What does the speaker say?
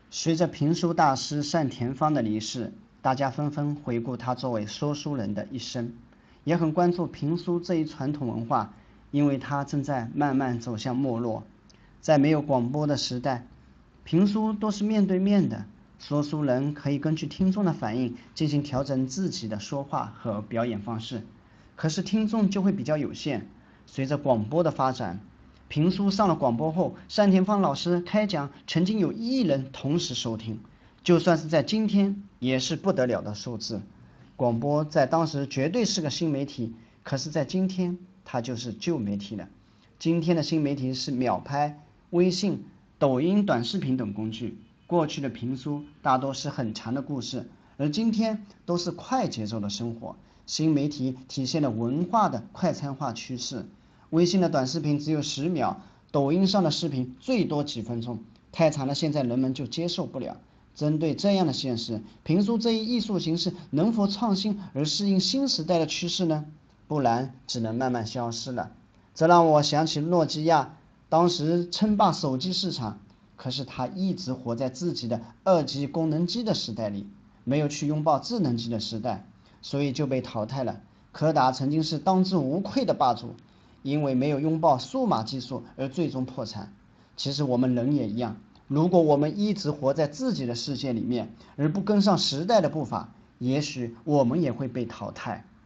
随着评书大师单田芳的离世，大家纷纷回顾他作为说书人的一生，也很关注评书这一传统文化，因为它正在慢慢走向没落。在没有广播的时代，评书都是面对面的，说书人可以根据听众的反应进行调整自己的说话和表演方式，可是听众就会比较有限。随着广播的发展，评书上了广播后，单田芳老师开讲，曾经有1亿人同时收听，就算是在今天，也是不得了的数字。广播在当时绝对是个新媒体，可是在今天，它就是旧媒体了。今天的新媒体是秒拍、微信、抖音短视频等工具。过去的评书大多是很长的故事，而今天都是快节奏的生活。新媒体体现了文化的快餐化趋势。微信的短视频只有10秒，抖音上的视频最多几分钟，太长了，现在人们就接受不了。针对这样的现实，评书这一艺术形式能否创新而适应新时代的趋势呢？不然只能慢慢消失了。这让我想起诺基亚当时称霸手机市场，可是他一直活在自己的2G功能机的时代里，没有去拥抱智能机的时代，所以就被淘汰了。柯达曾经是当之无愧的霸主，因为没有拥抱数码技术而最终破产。其实我们人也一样，如果我们一直活在自己的世界里面，而不跟上时代的步伐，也许我们也会被淘汰。